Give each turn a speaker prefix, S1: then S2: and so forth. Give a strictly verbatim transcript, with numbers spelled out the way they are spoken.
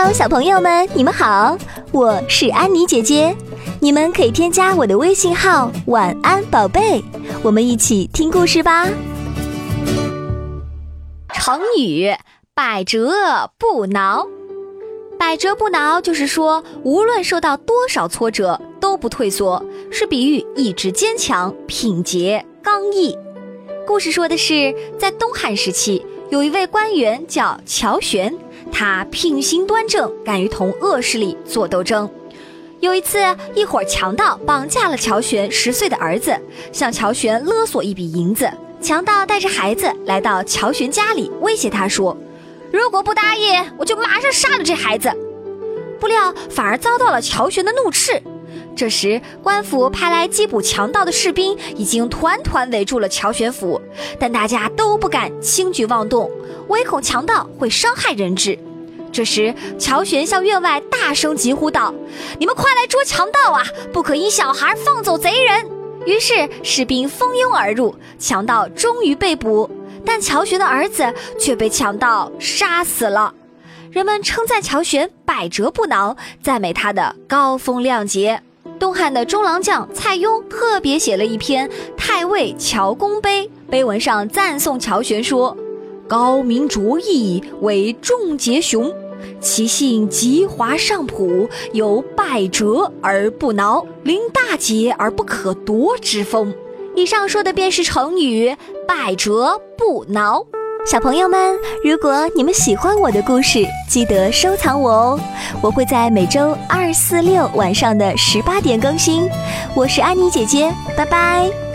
S1: Hello， 小朋友们，你们好，我是安妮姐姐。你们可以添加我的微信号“晚安宝贝”，我们一起听故事吧。
S2: 成语百折不挠。百折不挠就是说，无论受到多少挫折都不退缩，是比喻意志坚强、品节刚毅。故事说的是，在东汉时期，有一位官员叫乔玄，他品行端正，敢于同恶势力做斗争。有一次，一伙强盗绑架了乔玄十岁的儿子，向乔玄勒索一笔银子。强盗带着孩子来到乔玄家里，威胁他说，如果不答应，我就马上杀了这孩子。不料反而遭到了乔玄的怒斥。这时官府派来缉捕强盗的士兵已经团团围住了乔玄府，但大家都不敢轻举妄动，唯恐强盗会伤害人质。这时乔玄向院外大声疾呼道，你们快来捉强盗啊，不可因小孩放走贼人。于是士兵蜂拥而入，强盗终于被捕，但乔玄的儿子却被强盗杀死了。人们称赞乔玄百折不挠，赞美他的高风亮节。东汉的中郎将蔡邕特别写了一篇《太尉乔公碑》，碑文上赞颂乔玄说，高明卓毅，为重节雄，其性极华上朴，有百折而不挠，临大节而不可夺之风。以上说的便是成语百折不挠。
S1: 小朋友们，如果你们喜欢我的故事，记得收藏我哦，我会在每周二、四、六晚上的十八点更新。我是安妮姐姐，拜拜。